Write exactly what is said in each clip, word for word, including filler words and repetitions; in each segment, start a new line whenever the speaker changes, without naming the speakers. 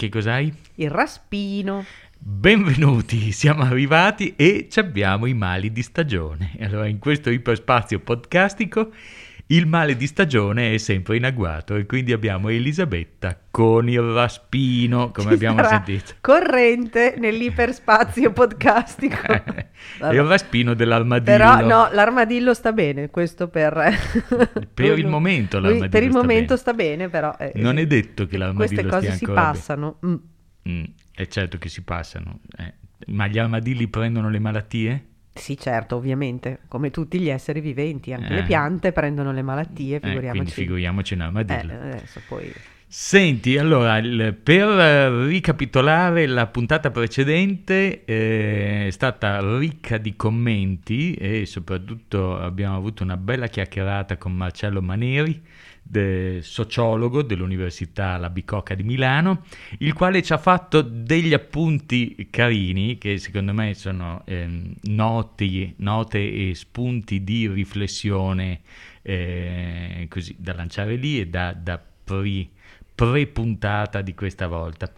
Che cos'hai?
Il raspino.
Benvenuti, siamo arrivati e ci abbiamo i mali di stagione. Allora, in questo iperspazio podcastico il male di stagione è sempre in agguato e quindi abbiamo Elisabetta con il raspino, come
Ci
abbiamo
sarà
sentito.
corrente nell'iperspazio podcastico.
È
Vabbè.
il raspino dell'armadillo.
Però no, l'armadillo sta bene, questo per...
Per
lui-
il
lui-
momento
lui
l'armadillo
per il
sta
momento
bene.
sta bene, però... eh,
Non
sì.
è detto che l'armadillo
Queste cose
stia
si
ancora bene.
passano. Mm.
Mm, è certo che si passano. eh. Ma gli armadilli prendono le malattie?
Sì, certo, ovviamente, come tutti gli esseri viventi, anche
Eh.
le piante prendono le malattie,
Eh, quindi
figuriamoci.
figuriamoci un
Eh,
armadillo.
adesso poi...
Senti, allora, il- per eh, ricapitolare la puntata precedente eh, è stata ricca di commenti e soprattutto abbiamo avuto una bella chiacchierata con Marcello Maneri, de- sociologo dell'Università La Bicocca di Milano, il quale ci ha fatto degli appunti carini che secondo me sono ehm, noti, note e spunti di riflessione eh, così da lanciare lì e da, da pri- pre-puntata di questa volta.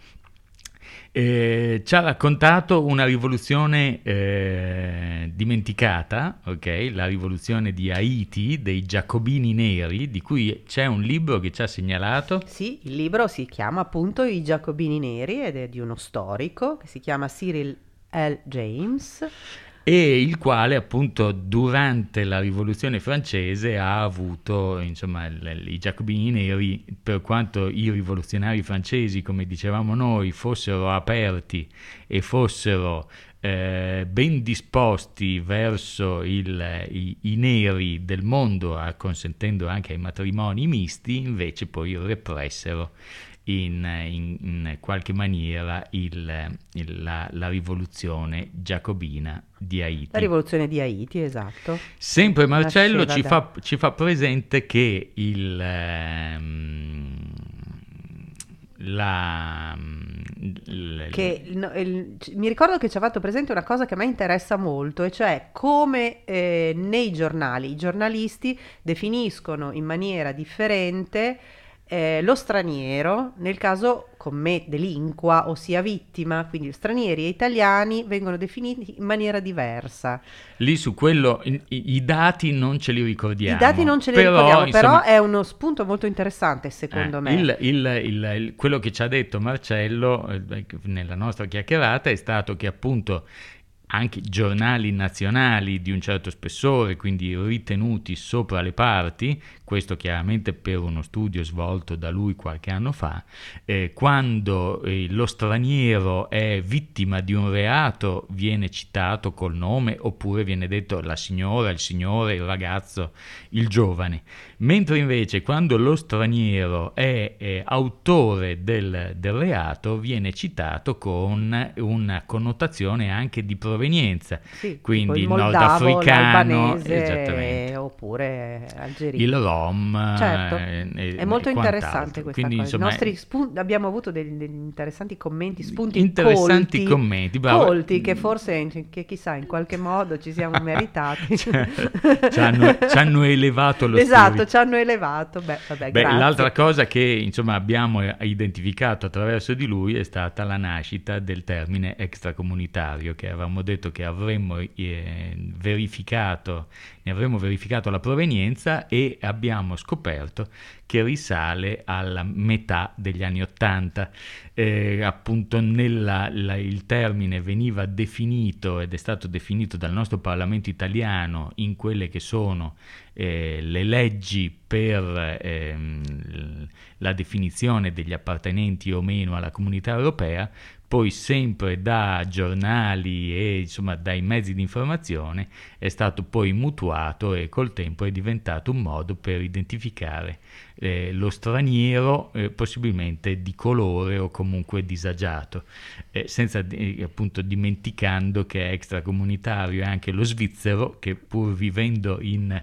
Eh, ci ha raccontato una rivoluzione eh, dimenticata, ok? La rivoluzione di Haiti dei Giacobini Neri, di cui c'è un libro che ci ha segnalato.
Sì, il libro si chiama appunto I Giacobini Neri ed è di uno storico che si chiama Cyril L. James.
E il quale appunto durante la rivoluzione francese ha avuto, insomma, l- i giacobini neri, per quanto i rivoluzionari francesi, come dicevamo noi, fossero aperti e fossero eh, ben disposti verso il- i, i neri del mondo, acconsentendo anche ai matrimoni misti, invece poi repressero in, in- in qualche maniera il- il- la, la rivoluzione giacobina di
La
Haiti.
rivoluzione di Haiti, esatto.
Sempre Marcello
Nasceva
ci
da-
fa, ci fa presente che il, ehm, la, l-
Che il- il- c- mi ricordo che ci ha fatto presente una cosa che a me interessa molto, e cioè come eh, nei giornali i giornalisti definiscono in maniera differente eh, lo straniero nel caso commette, delinqua o sia vittima, quindi stranieri e italiani vengono definiti in maniera diversa.
lì su quello i, i- i dati non ce li ricordiamo.
I dati non ce li
però,
ricordiamo,
insomma,
però è uno spunto molto interessante secondo
Eh,
me.
il- il- il- il- quello che ci ha detto Marcello eh, nella nostra chiacchierata è stato che appunto anche giornali nazionali di un certo spessore, quindi ritenuti sopra le parti, questo chiaramente per uno studio svolto da lui qualche anno fa, eh, quando eh, lo straniero è vittima di un reato viene citato col nome oppure viene detto la signora, il signore, il ragazzo, il giovane. Mentre invece quando lo straniero è, è autore del, del reato viene citato con una connotazione anche di provenienza,
Sì,
quindi
tipo il
il
moldavo,
nordafricano,
l'albanese
esattamente,
oppure algerino.
il rom,
Certo,
eh, e-
è molto
e
interessante
quant'altro.
questa
Quindi
cosa. I
insomma
nostri spun- abbiamo avuto degli, degli interessanti commenti, spunti
interessanti
colti,
commenti, bravo.
colti che forse, che chissà, in qualche modo ci siamo meritati.
Cioè, ci hanno, ci hanno elevato lo
Esatto,
spirito.
ci hanno elevato. Beh, vabbè,
Beh,
grazie.
l'altra cosa che insomma abbiamo identificato attraverso di lui è stata la nascita del termine extracomunitario, che avevamo detto che avremmo eh, verificato, ne avremmo verificato la provenienza e abbiamo scoperto che risale alla metà degli anni Ottanta. Eh, appunto nella, la- il termine veniva definito ed è stato definito dal nostro Parlamento italiano in quelle che sono eh, le leggi per ehm, l- la definizione degli appartenenti o meno alla comunità europea, poi sempre da giornali e insomma dai mezzi di informazione è stato poi mutuato e col tempo è diventato un modo per identificare eh, lo straniero eh, possibilmente di colore o comunque disagiato, eh, senza eh, appunto dimenticando che è extracomunitario è anche lo svizzero che pur vivendo in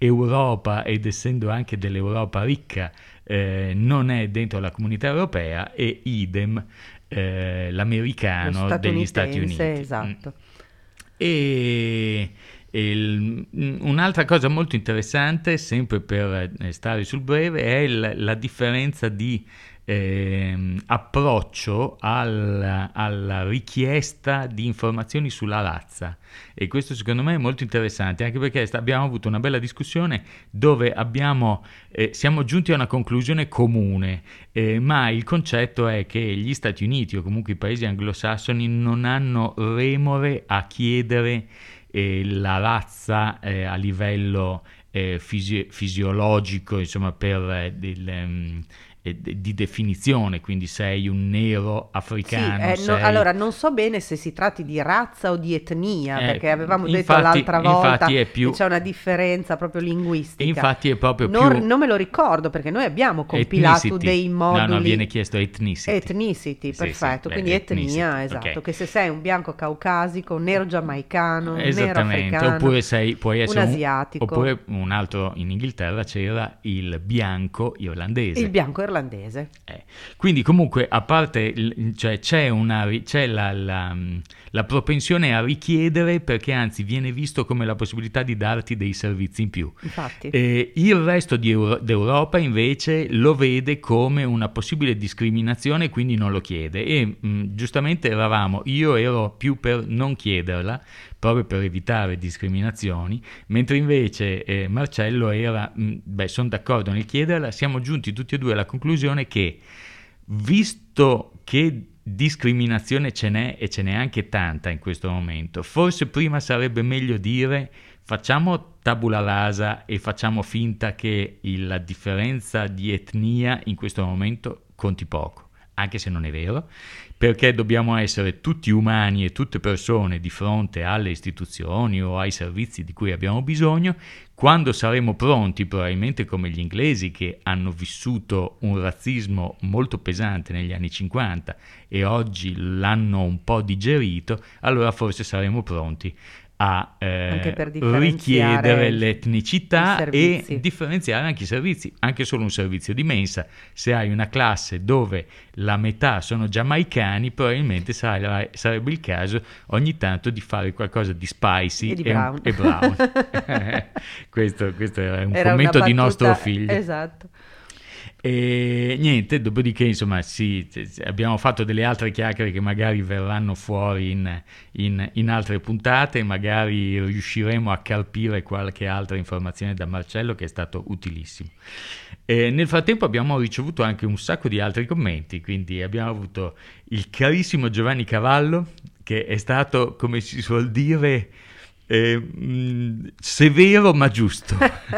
Europa ed essendo anche dell'Europa ricca eh, non è dentro la comunità europea e idem eh, l'americano
Lo
degli Stati Uniti.
statunitense, esatto.
E, e il- un'altra cosa molto interessante, sempre per eh, stare sul breve, è il- la differenza di ehm, approccio al- alla richiesta di informazioni sulla razza, e questo secondo me è molto interessante, anche perché sta- abbiamo avuto una bella discussione dove abbiamo, eh, siamo giunti a una conclusione comune, eh, ma il concetto è che gli Stati Uniti o comunque i paesi anglosassoni non hanno remore a chiedere eh, la razza eh, a livello eh, fisi- fisiologico, insomma, per eh, del, ehm, eh, de- di definizione, quindi sei un nero
Sì,
africano,
eh, no-
sei...
allora non so bene se si tratti di razza o di etnia,
eh,
perché avevamo detto
infatti,
l'altra volta
infatti è
che
più...
c'è una differenza proprio linguistica.
Infatti è proprio
Non,
più
non me lo ricordo perché noi abbiamo compilato
ethnicity.
dei
No, no, viene
moduli.
chiesto ethnicity.
Ethnicity,
Sì, sì,
perfetto,
beh,
quindi etnia,
ethnicity,
esatto,
ok.
che se sei un bianco caucasico, un nero giamaicano, un nero
Esattamente,
africano,
oppure sei, puoi
un
essere un,
asiatico,
oppure un altro, in Inghilterra c'era il bianco irlandese.
il bianco irlandese.
Eh, Quindi comunque, a parte, il- cioè, c'è, una, ri- c'è la, la, mh, la propensione a richiedere, perché anzi viene visto come la possibilità di darti dei servizi in più.
Infatti,
Eh, il resto di Euro- d'Europa invece lo vede come una possibile discriminazione e quindi non lo chiede, e mh, giustamente eravamo, io ero più per non chiederla proprio per evitare discriminazioni, mentre invece eh, Marcello era, mh, beh, sono d'accordo nel chiederla. Siamo giunti tutti e due alla conclusione che, visto che discriminazione ce n'è, e ce n'è anche tanta in questo momento, forse prima sarebbe meglio dire: facciamo tabula rasa e facciamo finta che il- la differenza di etnia in questo momento conti poco, anche se non è vero, perché dobbiamo essere tutti umani e tutte persone di fronte alle istituzioni o ai servizi di cui abbiamo bisogno. Quando saremo pronti, probabilmente come gli inglesi, che hanno vissuto un razzismo molto pesante negli anni cinquanta e oggi l'hanno un po' digerito, allora forse saremo pronti a
anche
eh,
per differenziare
richiedere
i
l'etnicità e
servizi.
differenziare anche i servizi, anche solo un servizio di mensa. Se hai una classe dove la metà sono giamaicani, probabilmente sarai- sarebbe il caso ogni tanto di fare qualcosa di spicy
E di
e, un-
Brown.
e brown. questo, questo era un
Era una
commento di nostro
battuta,
figlio.
esatto.
E niente, dopodiché insomma sì, abbiamo fatto delle altre chiacchiere che magari verranno fuori in, in, in altre puntate, magari riusciremo a carpire qualche altra informazione da Marcello, che è stato utilissimo. E nel frattempo abbiamo ricevuto anche un sacco di altri commenti, quindi abbiamo avuto il carissimo Giovanni Cavallo, che è stato, come si suol dire, eh, mh, severo ma giusto.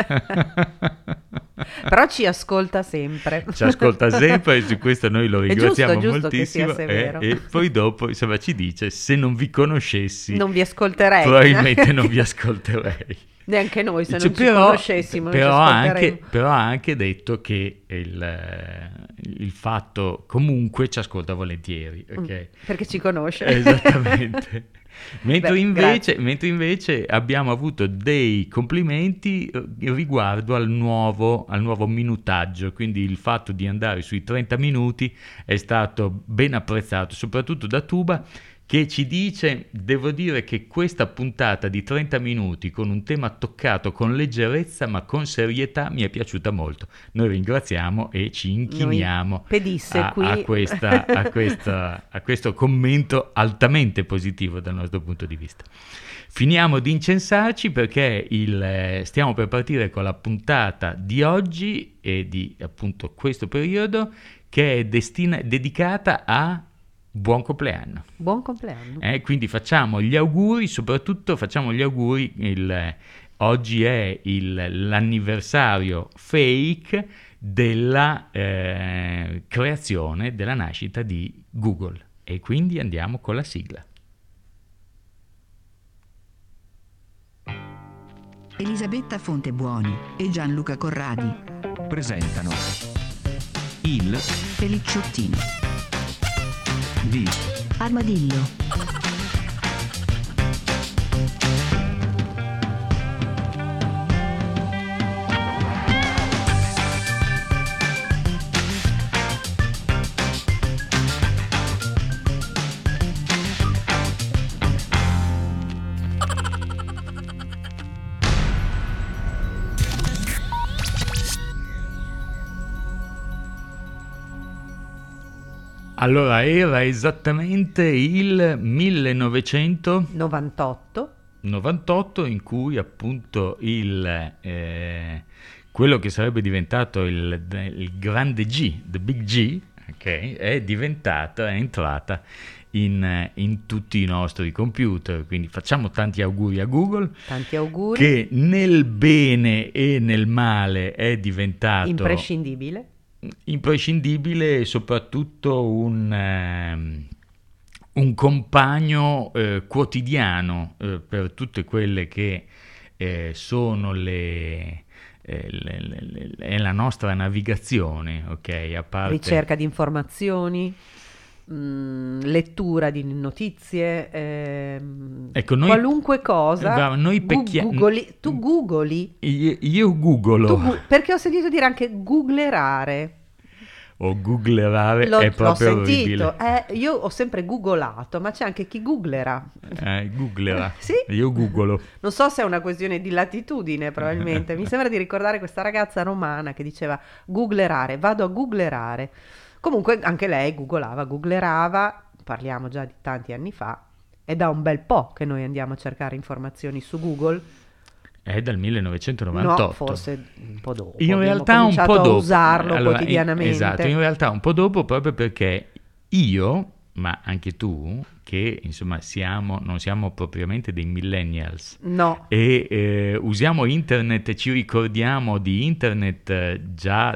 Però ci ascolta sempre.
Ci ascolta sempre e su questo noi lo
È giusto,
ringraziamo
è giusto che sia
moltissimo,
severo.
eh, e poi dopo insomma ci dice: se non vi conoscessi
Non vi ascolterei.
probabilmente non vi ascolterei.
Neanche noi, se
Dice,
non ci
però,
conoscessimo, non ci
però, ha
ascolteremmo.
anche, però ha anche detto che il, eh, il fatto comunque ci ascolta volentieri, ok?
Mm, perché ci conosce.
Esattamente. Mentre,
Beh,
invece,
grazie.
mentre invece abbiamo avuto dei complimenti eh, riguardo al nuovo, al nuovo minutaggio, quindi il fatto di andare sui trenta minuti è stato ben apprezzato, soprattutto da Tuba, che ci dice: devo dire che questa puntata di trenta minuti con un tema toccato con leggerezza ma con serietà mi è piaciuta molto. Noi ringraziamo e ci inchiniamo
Noi pedisse
a,
qui.
a questa, a, questa, a questo commento altamente positivo dal nostro punto di vista. Finiamo di incensarci perché il, eh, stiamo per partire con la puntata di oggi e di appunto questo periodo, che è destina- dedicata a buon compleanno.
Buon compleanno.
Eh, quindi facciamo gli auguri, soprattutto facciamo gli auguri, il, eh, oggi è il, l'anniversario fake della eh, creazione, della nascita di Google, e quindi andiamo con la sigla.
Elisabetta Fontebuoni e Gianluca Corradi
presentano il
Felicciottino
di
Armadillo.
Allora, era esattamente il millenovecentonovantotto
novantotto.
in cui appunto il, eh, quello che sarebbe diventato il, il grande G, the big G, ok, è diventata, è entrata in, in tutti i nostri computer. Quindi facciamo tanti auguri a Google,
Tanti auguri.
che nel bene e nel male è diventato
Imprescindibile.
imprescindibile e soprattutto un, ehm, un compagno eh, quotidiano eh, per tutte quelle che eh, sono le, eh, le, le- le- è la nostra navigazione, ok? A parte
Ricerca di informazioni, mh, lettura di notizie, ehm,
Ecco, noi-
qualunque cosa.
Bravo, noi
gu-
pecchia-
googoli- tu googoli,
io, io googolo
tu gu- perché ho sentito dire anche googlerare.
o googlerare
L'ho,
è
l'ho
proprio
sentito,
orribile.
eh, io ho sempre googolato, ma c'è anche chi googlera.
Eh, googlera.
Sì.
Io googolo.
Non so se è una questione di latitudine, probabilmente. Mi sembra di ricordare questa ragazza romana che diceva googlerare, vado a googlerare. Comunque anche lei googolava, googlerava, parliamo già di tanti anni fa, è da un bel po' che noi andiamo a cercare informazioni su Google.
È dal millenovecentonovantotto.
No, forse un po' dopo.
In
abbiamo
realtà un
cominciato
po'
a
dopo.
usarlo
Allora, in-
quotidianamente.
esatto, in realtà un po' dopo proprio perché io, ma anche tu, che insomma siamo, non siamo propriamente dei millennials
No,
e eh, usiamo internet e ci ricordiamo di internet eh, già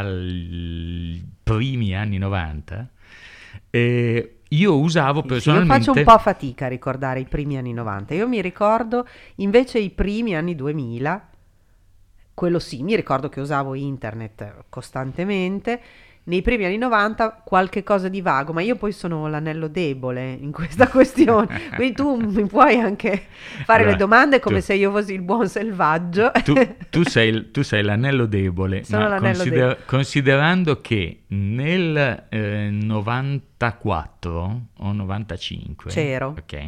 dai primi anni novanta, eh, io usavo
sì, io
personalmente...
faccio un po' fatica a ricordare i primi anni novanta. Io mi ricordo invece i primi anni duemila. Quello sì, mi ricordo che usavo internet costantemente. Nei primi anni novanta qualche cosa di vago, ma io poi sono l'anello debole in questa questione. Quindi tu mi puoi anche fare
Allora,
le domande come
tu-
se io fossi il buon selvaggio.
tu, tu sei, il- tu sei l'anello debole,
Sono
ma
l'anello
consider-
debole.
considerando che nel eh, novantaquattro o novantacinque,
C'ero.
ok,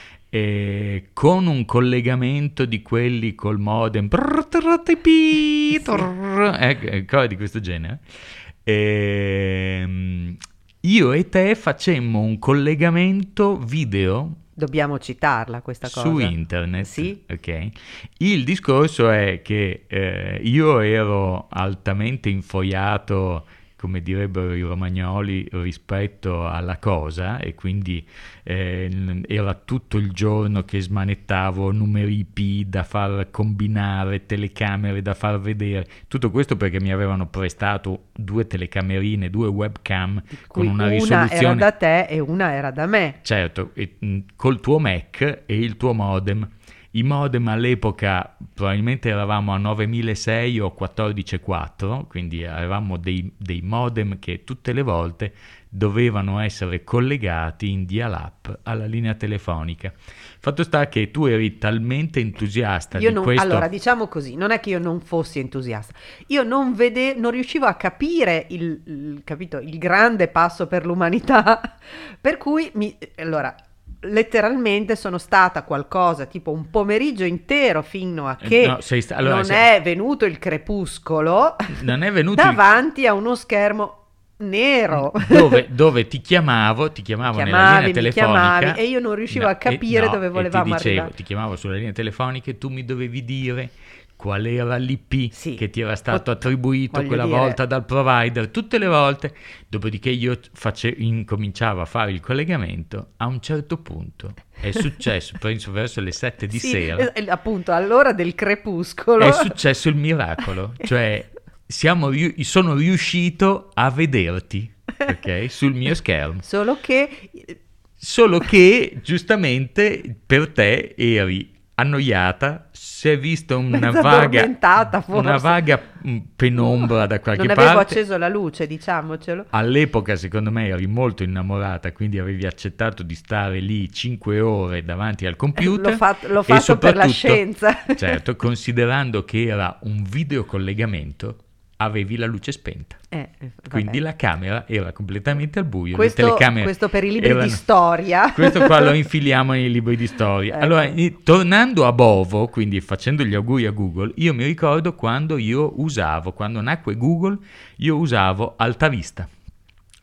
eh, con un collegamento di quelli col modem, brr, trr, tipi, trr, eh, cose di questo genere, ehm, io e te facemmo un collegamento video
Dobbiamo citarla questa cosa.
su internet,
Sì.
ok? Il discorso è che eh, io ero altamente infoiato, come direbbero i romagnoli, rispetto alla cosa, e quindi eh, n- era tutto il giorno che smanettavo numeri I P da far combinare, telecamere da far vedere, tutto questo perché mi avevano prestato due telecamerine, due webcam con
Cui
una
una
risoluzione...
era da te e una era da me.
Certo, e, mh, col tuo Mac e il tuo modem. I modem all'epoca probabilmente eravamo a novemilasei o quattordici virgola quattro, quindi avevamo dei, dei modem che tutte le volte dovevano essere collegati in dial-up alla linea telefonica. Fatto sta che tu eri talmente entusiasta
Io
di
non,
questo...
allora, diciamo così, non è che io non fossi entusiasta, io non vede, non riuscivo a capire il, il- capito, il grande passo per l'umanità, per cui mi, allora, letteralmente sono stata qualcosa tipo un pomeriggio intero fino a
Eh,
che
no, sei sta- allora,
non
sei-
è venuto il crepuscolo
Non è venuto il-
davanti a uno schermo nero.
dove, dove ti chiamavo, ti chiamavo nella
Chiamavi,
linea
mi
telefonica
chiamavi e io non riuscivo
no,
a capire
e, no,
dove
e
volevamo
ti dicevo,
arrivare.
ti chiamavo sulla linea telefonica e tu mi dovevi dire qual era l'I P
Sì.
che ti era stato
Pot-
attribuito
voglio
quella
dire-
volta dal provider, tutte le volte, dopodiché io face- incominciavo a fare il collegamento. A un certo punto è successo, penso verso le sette di
Sì,
sera,
es- appunto all'ora del crepuscolo.
è successo il miracolo, cioè siamo riu- sono riuscito a vederti, ok, sul mio schermo.
Solo che
Solo che giustamente per te eri annoiata, si è vista una
Mezza
vaga,
addormentata, forse.
una vaga mh, penombra da qualche
non avevo
parte.
acceso la luce, diciamocelo.
All'epoca, secondo me, eri molto innamorata, quindi avevi accettato di stare lì cinque ore davanti al computer.
L'ho fatto- l'ho
e
fatto per la
soprattutto,
scienza.
Certo, considerando che era un videocollegamento, avevi la luce spenta.
Eh, vabbè.
Quindi la camera era completamente al buio.
questo,
le telecamere
questo per i libri
erano-
di storia.
Questo qua lo infiliamo nei libri di storia.
Ecco.
Allora, i- tornando a Bovo, quindi facendo gli auguri a Google, io mi ricordo quando io usavo, quando nacque Google, io usavo Alta Vista.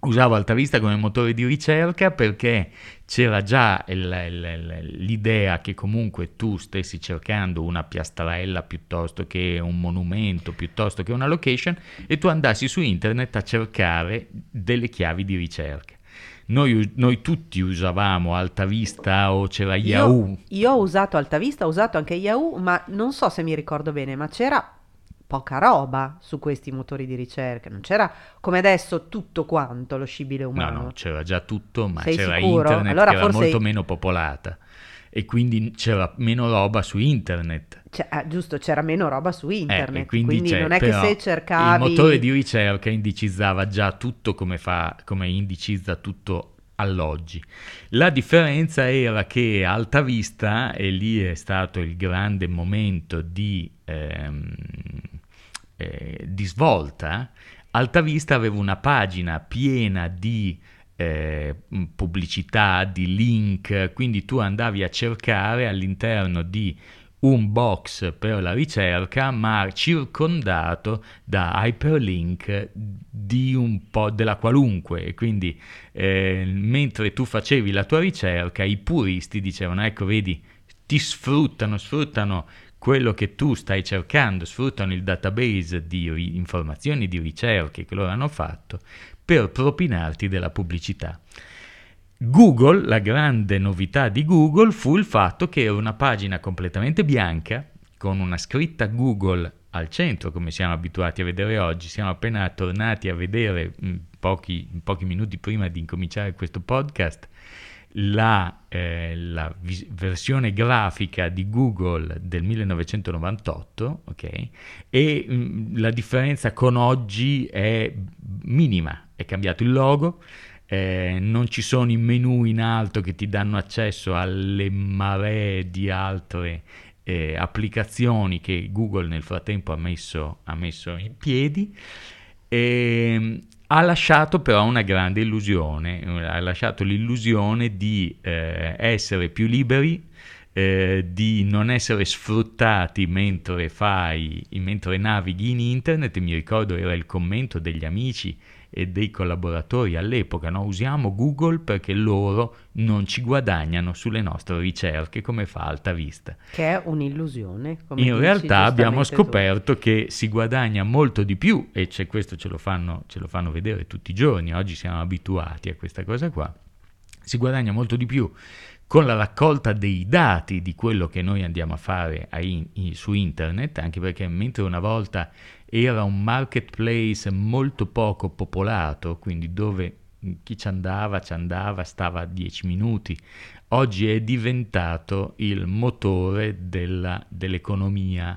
usavo AltaVista come motore di ricerca perché c'era già il- il- l'idea che comunque tu stessi cercando una piastrella piuttosto che un monumento, piuttosto che una location, e tu andassi su internet a cercare delle chiavi di ricerca. Noi, noi tutti usavamo AltaVista o c'era Yahoo.
Io, io ho usato AltaVista, ho usato anche Yahoo, ma non so se mi ricordo bene, ma c'era poca roba su questi motori di ricerca, non c'era come adesso tutto quanto lo scibile
No,
umano.
no, c'era già tutto, ma
Sei
c'era
sicuro?
internet
Allora
che era
forse-
molto meno popolata e quindi c'era meno roba su internet.
C'è- ah, giusto, c'era meno roba su
Eh,
internet,
e quindi,
quindi
c'è-
non è che
però
se cercavi...
il motore di ricerca indicizzava già tutto come fa, come indicizza tutto all'oggi. La differenza era che AltaVista, e lì è stato il grande momento di, ehm, eh, di svolta, AltaVista aveva una pagina piena di eh, pubblicità, di link, quindi tu andavi a cercare all'interno di un box per la ricerca, ma circondato da hyperlink di un po' della qualunque. E quindi eh, mentre tu facevi la tua ricerca, i puristi dicevano: ecco, vedi, ti sfruttano, sfruttano quello che tu stai cercando, sfruttano il database di ri- informazioni, di ricerche che loro hanno fatto per propinarti della pubblicità. Google, la grande novità di Google fu il fatto che era una pagina completamente bianca, con una scritta Google al centro, come siamo abituati a vedere oggi. Siamo appena tornati a vedere, mh, pochi, pochi minuti prima di incominciare questo podcast, la, eh, la vis- versione grafica di Google del millenovecentonovantotto, ok? E mh, la differenza con oggi è minima, è cambiato il logo. Eh, non ci sono i menu in alto che ti danno accesso alle maree di altre eh, applicazioni che Google nel frattempo ha messo, ha messo in piedi. E ha lasciato però una grande illusione, ha lasciato l'illusione di eh, essere più liberi, eh, di non essere sfruttati mentre fai, mentre navighi in internet. Mi ricordo era il commento degli amici e dei collaboratori all'epoca, no? Usiamo Google perché loro non ci guadagnano sulle nostre ricerche come fa AltaVista.
Che è un'illusione, come
In
dici
realtà abbiamo
giustamente tu.
scoperto che si guadagna molto di più, e c'è questo ce lo fanno, ce lo fanno vedere tutti i giorni. Oggi siamo abituati a questa cosa qua. Si guadagna molto di più con la raccolta dei dati di quello che noi andiamo a fare a in, in, su internet, anche perché mentre una volta era un marketplace molto poco popolato, quindi dove chi ci andava, ci andava, stava dieci minuti, oggi è diventato il motore della, dell'economia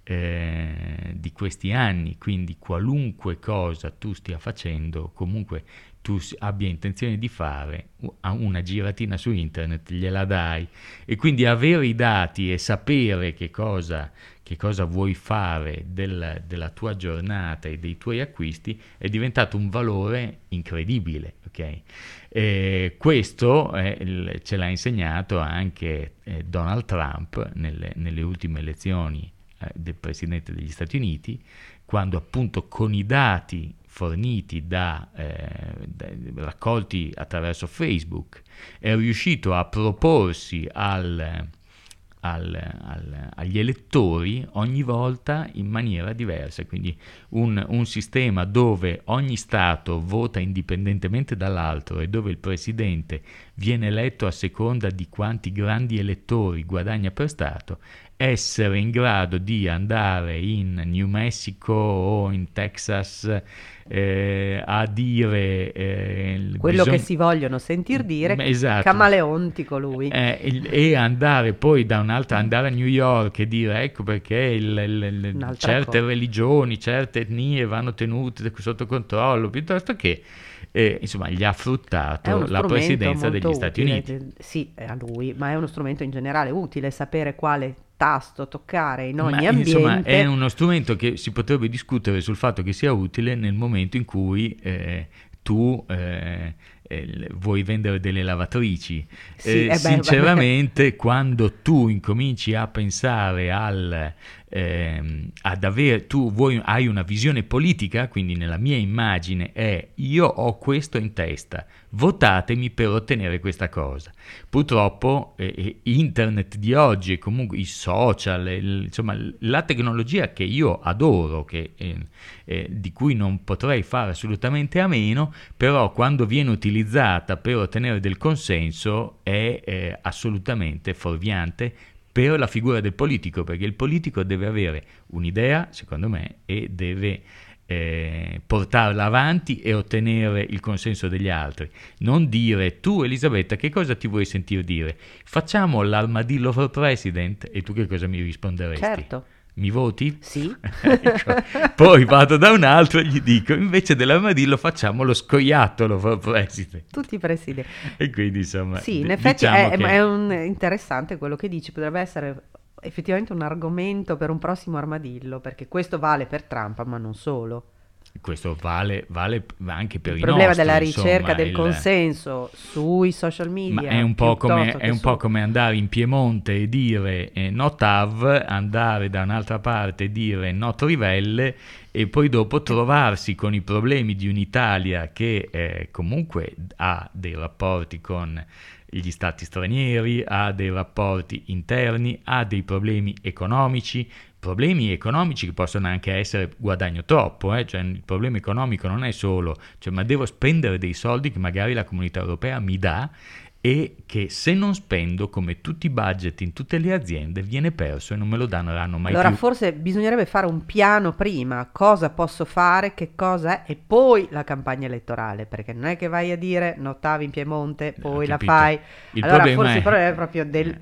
eh, di questi anni. Quindi qualunque cosa tu stia facendo, comunque tu abbia intenzione di fare, una giratina su internet gliela dai, e quindi avere i dati e sapere che cosa, che cosa vuoi fare del, della tua giornata e dei tuoi acquisti è diventato un valore incredibile, ok? E questo eh, ce l'ha insegnato anche eh, Donald Trump nelle, nelle ultime elezioni eh, del Presidente degli Stati Uniti, quando appunto con i dati forniti da, eh, da, raccolti attraverso Facebook è riuscito a proporsi al, al, al, agli elettori ogni volta in maniera diversa, quindi un, un sistema dove ogni Stato vota indipendentemente dall'altro e dove il Presidente viene eletto a seconda di quanti grandi elettori guadagna per Stato. Essere in grado di andare in New Mexico o in Texas eh, a dire eh,
quello
bisog-
che si vogliono sentir dire,
esatto.
camaleontico lui.
Eh, il- e andare poi da un'altra, andare a New York e dire ecco perché il, il- il-
Un'altra
certe
cosa.
religioni, certe etnie vanno tenute sotto controllo, piuttosto che eh, insomma gli ha
È
fruttato
uno
la
strumento
presidenza
molto
degli Stati
utile,
Uniti.
eh, sì, è a lui, ma è uno strumento in generale utile sapere quale tasto toccare in ogni
Ma
ambiente.
insomma è uno strumento che si potrebbe discutere sul fatto che sia utile nel momento in cui eh, tu eh, eh, vuoi vendere delle lavatrici.
Sì,
Eh,
eh beh,
sinceramente, quando tu incominci a pensare al ehm, ad avere, tu vuoi, hai una visione politica, quindi nella mia immagine è io ho questo in testa, votatemi per ottenere questa cosa. Purtroppo eh, internet di oggi e comunque i social, il, insomma la tecnologia che io adoro, che, eh, eh, di cui non potrei fare assolutamente a meno, però quando viene utilizzata per ottenere del consenso è eh, assolutamente fuorviante per la figura del politico, perché il politico deve avere un'idea, secondo me, e deve eh, portarla avanti e ottenere il consenso degli altri. Non dire, tu Elisabetta, che cosa ti vuoi sentire dire? Facciamo l'armadillo for president, e tu che cosa mi risponderesti?
Certo.
Mi voti?
Sì.
Ecco. Poi vado da un altro e gli dico, invece dell'armadillo facciamo lo scoiattolo for president.
Tutti i presidenti.
E quindi insomma...
Sì, in
d-
effetti
diciamo
è,
che...
è un, interessante quello che dici, potrebbe essere effettivamente un argomento per un prossimo armadillo, perché questo vale per Trump, ma non solo.
Questo vale, vale anche per
Il
i
problema
nostri,
della ricerca
insomma,
del
il...
consenso sui social media,
Ma è un po' come,
piuttosto
è
che
un po'
su-
come andare in Piemonte e dire eh, no Tav, andare da un'altra parte e dire no Trivelle, e poi dopo trovarsi con i problemi di un'Italia che eh, comunque ha dei rapporti con gli stati stranieri, ha dei rapporti interni, ha dei problemi economici, problemi economici che possono anche essere guadagno troppo, eh? Cioè il problema economico non è solo, cioè, ma devo spendere dei soldi che magari la Comunità Europea mi dà e che se non spendo, come tutti i budget in tutte le aziende, viene perso e non me lo daranno mai
Allora
più.
forse bisognerebbe fare un piano prima, cosa posso fare, che cosa è, e poi la campagna elettorale, perché non è che vai a dire notavi in Piemonte, poi la
capito.
fai.
Il
allora
problema
forse
è-
il problema è proprio del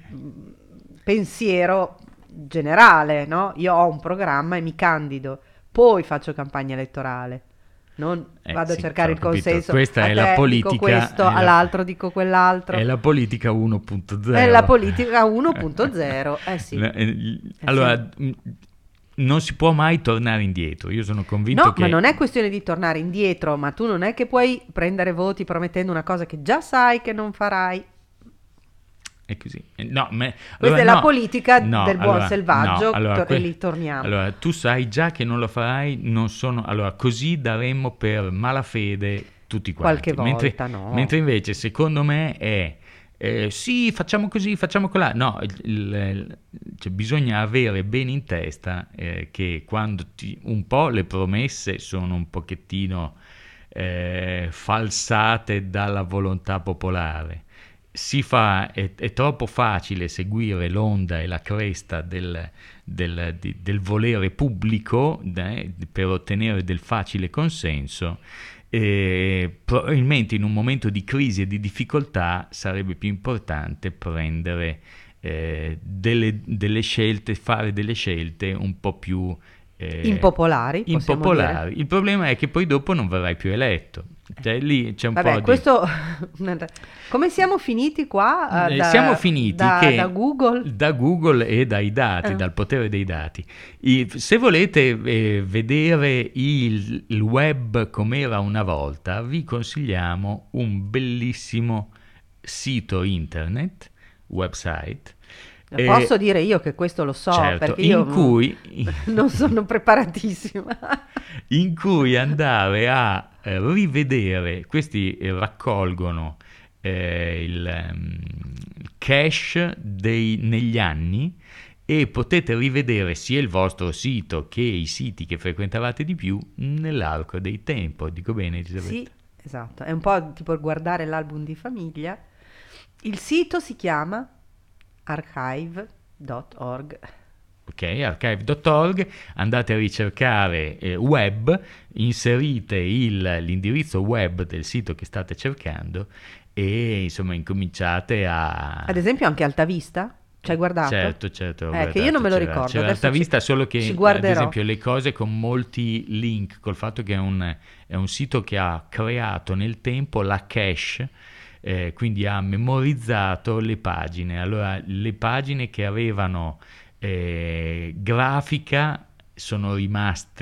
pensiero generale, no? Io ho un programma e mi candido, poi faccio campagna elettorale. Non
Eh,
vado
sì,
a cercare
ho
il
capito.
consenso.
Questa
a
è
te
la politica,
dico questo,
è la-
all'altro dico quell'altro.
È la politica uno punto zero.
È la politica uno punto zero. Eh sì.
Eh,
Eh
Allora,
sì.
mh, non si può mai tornare indietro. Io sono convinto
No,
che...
ma non è questione di tornare indietro, ma tu non è che puoi prendere voti promettendo una cosa che già sai che non farai.
È così. Eh, No, me-
Questa
allora
è la
no,
politica
no,
del buon
allora,
selvaggio,
no, allora,
to-
que-
e lì torniamo.
Allora, tu sai già che non lo farai, non sono... Allora, così daremmo per malafede tutti quanti.
Qualche
mentre,
volta no.
mentre invece, secondo me, è... eh, sì, facciamo così, facciamo quella... No, il- il- cioè, bisogna avere bene in testa eh, che quando ti- un po' le promesse sono un pochettino eh, falsate dalla volontà popolare. Si fa, è, è troppo facile seguire l'onda e la cresta del, del, di- del volere pubblico eh, per ottenere del facile consenso. E probabilmente in un momento di crisi e di difficoltà sarebbe più importante prendere eh, delle, delle scelte, fare delle scelte un po' più eh,
Impopolari, possiamo
impopolari. Il problema è che poi dopo non verrai più eletto. Cioè, lì c'è un po'
Vabbè,
di...
questo... Come siamo finiti qua?
Eh,
Da,
siamo finiti
da,
che
da Google?
da Google e dai dati,
Ah.
dal potere dei dati. I- se volete eh, vedere il, il web com'era una volta, vi consigliamo un bellissimo sito internet, website. eh,
Posso dire io che questo lo so,
certo,
perché io
in cui,
non sono preparatissima.
in cui andare a eh, rivedere, questi eh, raccolgono eh, il, ehm, il cache dei, negli anni, e potete rivedere sia il vostro sito che i siti che frequentavate di più nell'arco dei tempi. Dico bene, Elisabetta?
Sì, esatto, è un po' tipo guardare l'album di famiglia. Il sito si chiama archive punto org.
Ok, archive punto org, andate a ricercare eh, web, inserite il- l'indirizzo web del sito che state cercando e insomma incominciate a...
Ad esempio anche Alta Vista? Ci hai guardato?
Certo, certo. ho
Eh, che io non me lo
guardato, c'era-
ricordo,
C'era
adesso
Alta
ci-
Vista, solo che
ci
ad
guarderò.
esempio le cose con molti link, col fatto che è un, è un sito che ha creato nel tempo la cache, eh, quindi ha memorizzato le pagine. Allora le pagine che avevano eh, grafica sono rimaste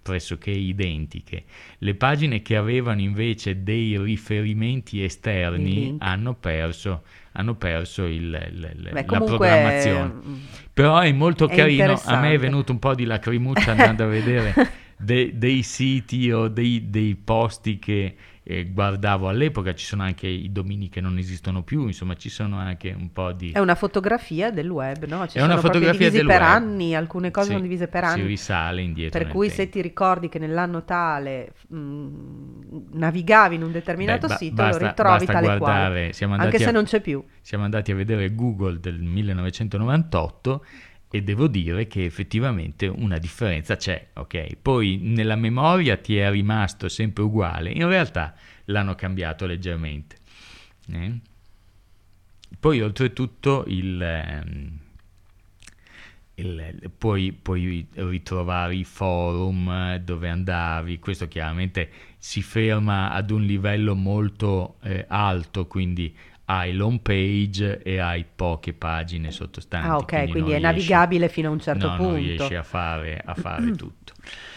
pressoché identiche. Le pagine che avevano invece dei riferimenti
Il
esterni
link.
hanno perso, hanno perso il- il- il-
Beh,
la
comunque,
programmazione.
mm,
Però è molto
è
carino, a me è
interessante.
venuto un po' di lacrimuccia andando a vedere de- dei siti o dei, dei posti che eh, guardavo all'epoca. Ci sono anche i domini che non esistono più, insomma ci sono anche un po' di...
È una fotografia del web, no? Ci
È una
sono proprio
fotografia
divisi
del
per
web.
anni, alcune cose
Sì,
sono divise per
si
anni.
risale indietro
Per
nel
cui se
tempo.
ti ricordi che nell'anno tale mh, navigavi in un determinato
Beh, ba-
sito,
basta-
lo ritrovi
basta
tale
guardare,
quale,
siamo
anche
andati
se
a-
non c'è più.
Siamo andati a vedere Google del millenovecentonovantotto e devo dire che effettivamente una differenza c'è, ok? Poi nella memoria ti è rimasto sempre uguale, in realtà l'hanno cambiato leggermente. eh? Poi oltretutto il, ehm, il- puoi, puoi ritrovare i forum eh, dove andavi, questo chiaramente si ferma ad un livello molto eh, alto, quindi hai l'home page e hai poche pagine sottostanti.
Ah, ok, quindi
non
è
riesci-
navigabile fino a un certo
no,
punto.
non riesci a fare, a fare tutto.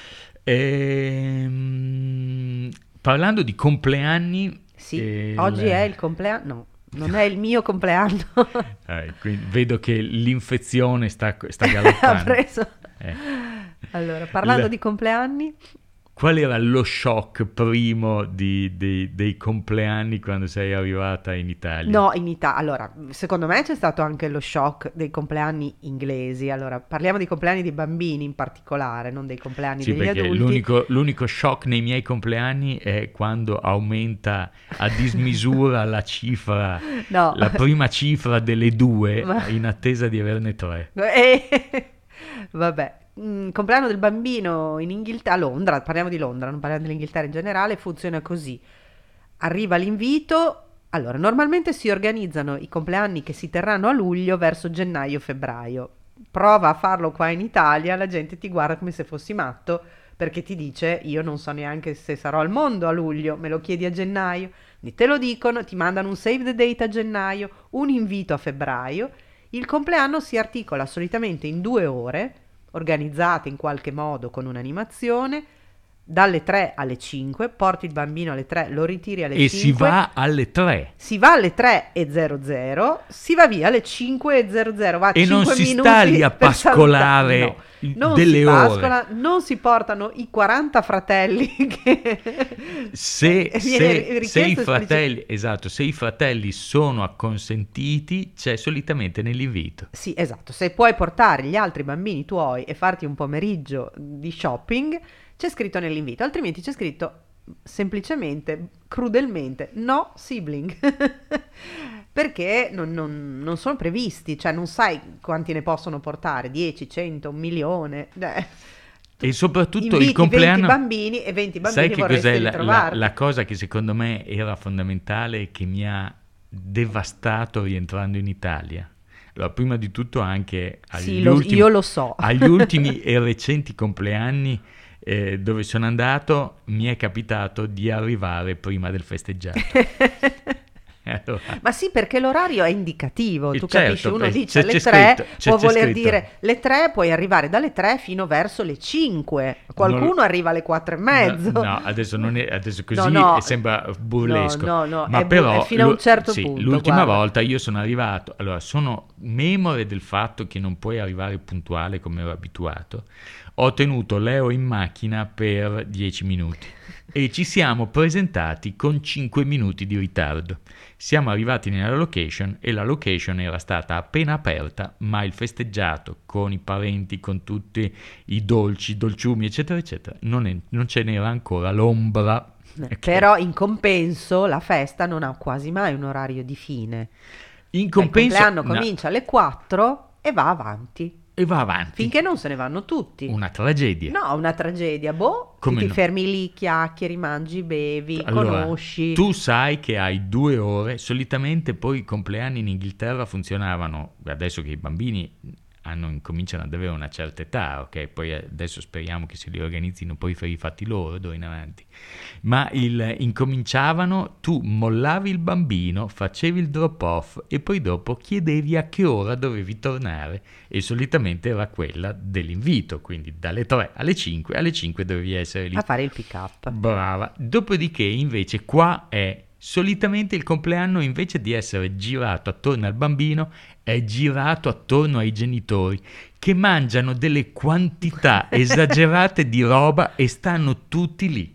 Ehm, parlando di compleanni,
Sì,
eh,
oggi
il-
è il compleanno, no, non è il mio compleanno.
eh, quindi vedo che l'infezione sta, sta
Ha
galoppando.
preso.
Eh.
Allora, parlando
La-
di compleanni,
Qual era lo shock primo di- di- dei compleanni quando sei arrivata in Italia?
no, in Italia, allora, secondo me c'è stato anche lo shock dei compleanni inglesi. Allora, parliamo di compleanni di bambini in particolare, non dei compleanni
Sì,
degli
perché
adulti.
l'unico, l'unico shock nei miei compleanni è quando aumenta a dismisura la cifra,
No.
la prima cifra delle due
Ma-
in attesa di averne tre.
Eh, vabbè, mm, compleanno del bambino in Inghilterra, a Londra, parliamo di Londra, non parliamo dell'Inghilterra in generale, funziona così. Arriva l'invito, allora normalmente si organizzano i compleanni che si terranno a luglio verso gennaio-febbraio. Prova a farlo qua in Italia, la gente ti guarda come se fossi matto perché ti dice io non so neanche se sarò al mondo a luglio, me lo chiedi a gennaio. Quindi te lo dicono, ti mandano un save the date a gennaio, un invito a febbraio. Il compleanno si articola solitamente in due ore, organizzate in qualche modo con un'animazione, dalle tre alle cinque, porti il bambino alle tre, lo ritiri alle
E
cinque.
si va alle tre.
Si va alle tre e zero zero, si va via alle cinque e zero zero, va
E non
cinque
si
minuti
sta lì a
per
pascolare
salutare. No, non
delle
si
ore.
pascola, non si portano i quaranta fratelli che
Se,
viene
se-
richiesto
se i
esplicit-
fratelli, esatto, se i fratelli sono acconsentiti, c'è solitamente nell'invito.
Sì, esatto, se puoi portare gli altri bambini tuoi e farti un pomeriggio di shopping, c'è scritto nell'invito, altrimenti c'è scritto semplicemente, crudelmente, no sibling, perché non, non- non sono previsti, cioè non sai quanti ne possono portare, dieci, cento, un milione. Eh,
E soprattutto
inviti
il compleanno...
venti bambini e venti bambini
Sai che
vorresti
cos'è la, la-
ritrovarli.
la cosa che secondo me era fondamentale e che mi ha devastato rientrando in Italia? Allora, prima di tutto anche agli
Sì, lo-
ultimi,
io lo so.
agli ultimi e recenti compleanni eh, dove sono andato, mi è capitato di arrivare prima del festeggiato. Allora,
Ma sì, perché l'orario è indicativo,
Eh,
tu
certo,
capisci, uno
beh,
dice
c'è-
alle
c'è
tre,
scritto- c'è-
può
c'è
voler
scritto.
dire le tre, puoi arrivare dalle tre fino verso le cinque, qualcuno
Non-
arriva alle quattro e mezzo.
No, no, adesso, non è, adesso così
No, no.
sembra burlesco.
No, no, no,
ma
è bu-
però
è fino a un
lo-
certo
sì,
punto,
l'ultima
guarda.
volta io sono arrivato, allora sono memore del fatto che non puoi arrivare puntuale come ero abituato. Ho tenuto Leo in macchina per dieci minuti e ci siamo presentati con cinque minuti di ritardo. Siamo arrivati nella location e la location era stata appena aperta, ma il festeggiato con i parenti, con tutti i dolci, dolciumi, eccetera, eccetera, non, è- non ce n'era ancora l'ombra. Ok.
Però in compenso la festa non ha quasi mai un orario di fine.
In
Compenso, il compleanno
no,
comincia alle quattro e va avanti,
e va avanti.
finché non se ne vanno tutti.
Una tragedia.
No, una tragedia, boh,
Come
ti
no?
fermi lì, chiacchieri, mangi, bevi,
Allora,
conosci.
tu sai che hai due ore, solitamente poi i compleanni in Inghilterra funzionavano, adesso che i bambini hanno, incominciano ad avere una certa età, ok? Poi adesso speriamo che si riorganizzino poi per i fatti loro d'ora in avanti. Ma il, incominciavano, tu mollavi il bambino, facevi il drop off e poi dopo chiedevi a che ora dovevi tornare, e solitamente era quella dell'invito, quindi dalle tre alle cinque, alle cinque dovevi essere lì
A fare il pick up.
brava. Dopodiché invece qua è solitamente il compleanno, invece di essere girato attorno al bambino, è girato attorno ai genitori che mangiano delle quantità esagerate di roba e stanno tutti lì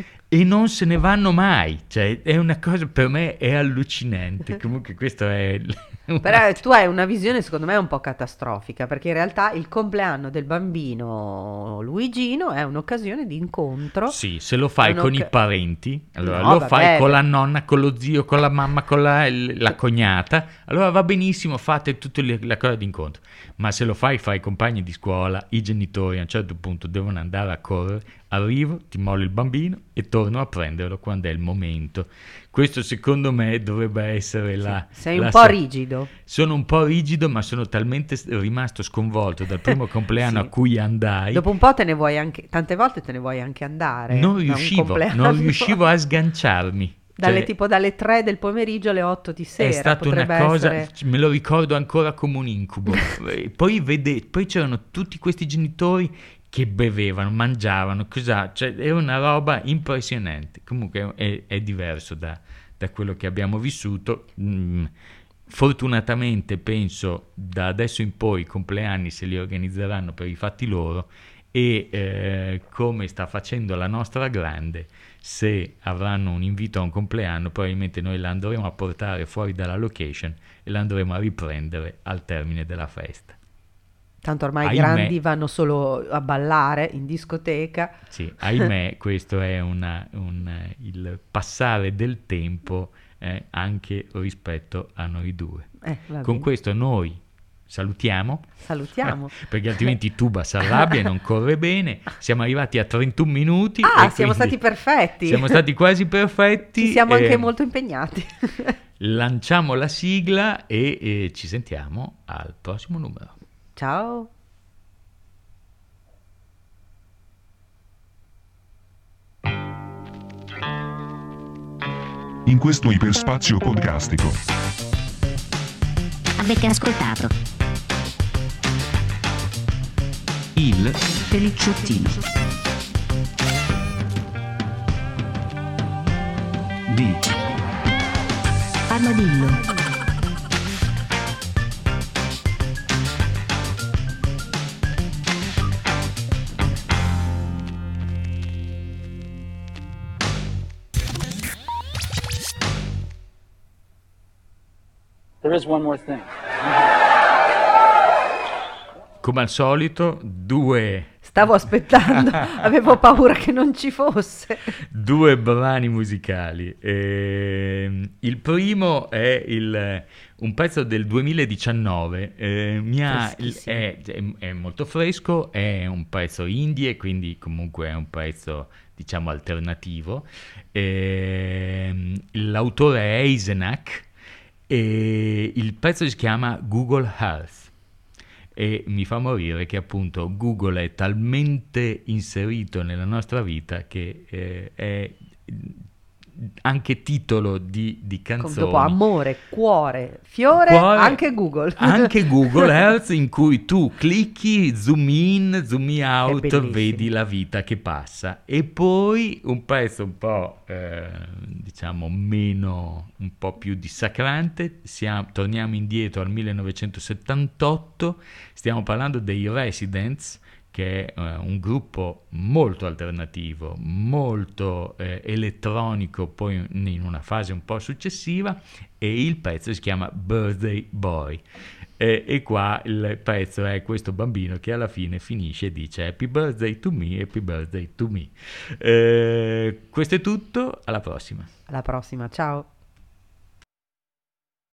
e non se ne vanno mai. Cioè, è una cosa, per me è allucinante. Comunque questo è il-
Però tu hai una visione secondo me un po' catastrofica, perché in realtà il compleanno del bambino Luigino è un'occasione di incontro.
Sì, se lo fai
È
con
un'oc-
i parenti, allora
No,
lo
vabbè,
fai con
beh.
la nonna, con lo zio, con la mamma, con la, il- la cognata, allora va benissimo, fate tutta le- la cosa d'incontro. Ma se lo fai, fai i compagni di scuola, i genitori a un certo punto devono andare a correre, arrivo, ti mollo il bambino e torno a prenderlo quando è il momento. Questo secondo me dovrebbe essere la...
Sei
la
un po'
se-
rigido.
Sono un po' rigido, ma sono talmente s- rimasto sconvolto dal primo compleanno
Sì.
a cui andai.
Dopo un po' te ne vuoi anche, tante volte te ne vuoi anche andare.
Non
da un
riuscivo,
compleanno.
non riuscivo a sganciarmi.
Dalle,
Cioè,
tipo dalle tre del pomeriggio alle otto di sera.
è stata una
potrebbe
cosa,
essere-
me lo ricordo ancora come un incubo. E poi, vede, poi c'erano tutti questi genitori che bevevano, mangiavano, cosa, cioè è una roba impressionante. Comunque è, è diverso da, da quello che abbiamo vissuto. Mm, fortunatamente penso da adesso in poi i compleanni se li organizzeranno per i fatti loro, e eh, come sta facendo la nostra grande, se avranno un invito a un compleanno probabilmente noi la andremo a portare fuori dalla location e la andremo a riprendere al termine della festa.
Tanto ormai i
Ahimè.
grandi vanno solo a ballare in discoteca.
Sì, ahimè, questo è una, un, eh, il passare del tempo eh, anche rispetto a noi due.
Eh, va
Con
bene.
questo noi salutiamo,
Salutiamo.
perché altrimenti Tuba si arrabbia e non corre bene. Siamo arrivati a trentuno minuti.
Ah,
e
siamo
quindi
stati perfetti.
Siamo stati quasi perfetti.
Ci siamo
eh,
anche molto impegnati.
Lanciamo la sigla e, e ci sentiamo al prossimo numero.
Ciao.
In questo iperspazio podcastico
Avete ascoltato
il
Pelicciottino.
di
Armadillo.
There is one more thing.
Come al solito, due,
Stavo aspettando, avevo paura che non ci fosse.
due brani musicali. Ehm, il primo è il- un pezzo del duemiladiciannove. eh, mi ha-
Freschissimo.
è, è- è molto fresco, è un pezzo indie, quindi comunque è un pezzo, diciamo, alternativo. Ehm, l'autore è Eisenach e il pezzo si chiama Google Earth. E mi fa morire che appunto Google è talmente inserito nella nostra vita che eh, è anche titolo di, di
Con-
canzoni.
Dopo amore, cuore, fiore,
Cuore,
anche Google.
Anche Google Earth, in cui tu clicchi, zoom in, zoom out,
bellissimo.
vedi la vita che passa. E poi un pezzo un po', eh, diciamo, meno, un po' più dissacrante. Siamo- torniamo indietro al millenovecentosettantotto, stiamo parlando dei Residents, che è eh, un gruppo molto alternativo, molto eh, elettronico, poi in una fase un po' successiva, e il pezzo si chiama Birthday Boy. E, e qua il pezzo è questo bambino che alla fine finisce e dice Happy birthday to me, happy birthday to me. Eh, questo è tutto, alla prossima.
Alla prossima, ciao.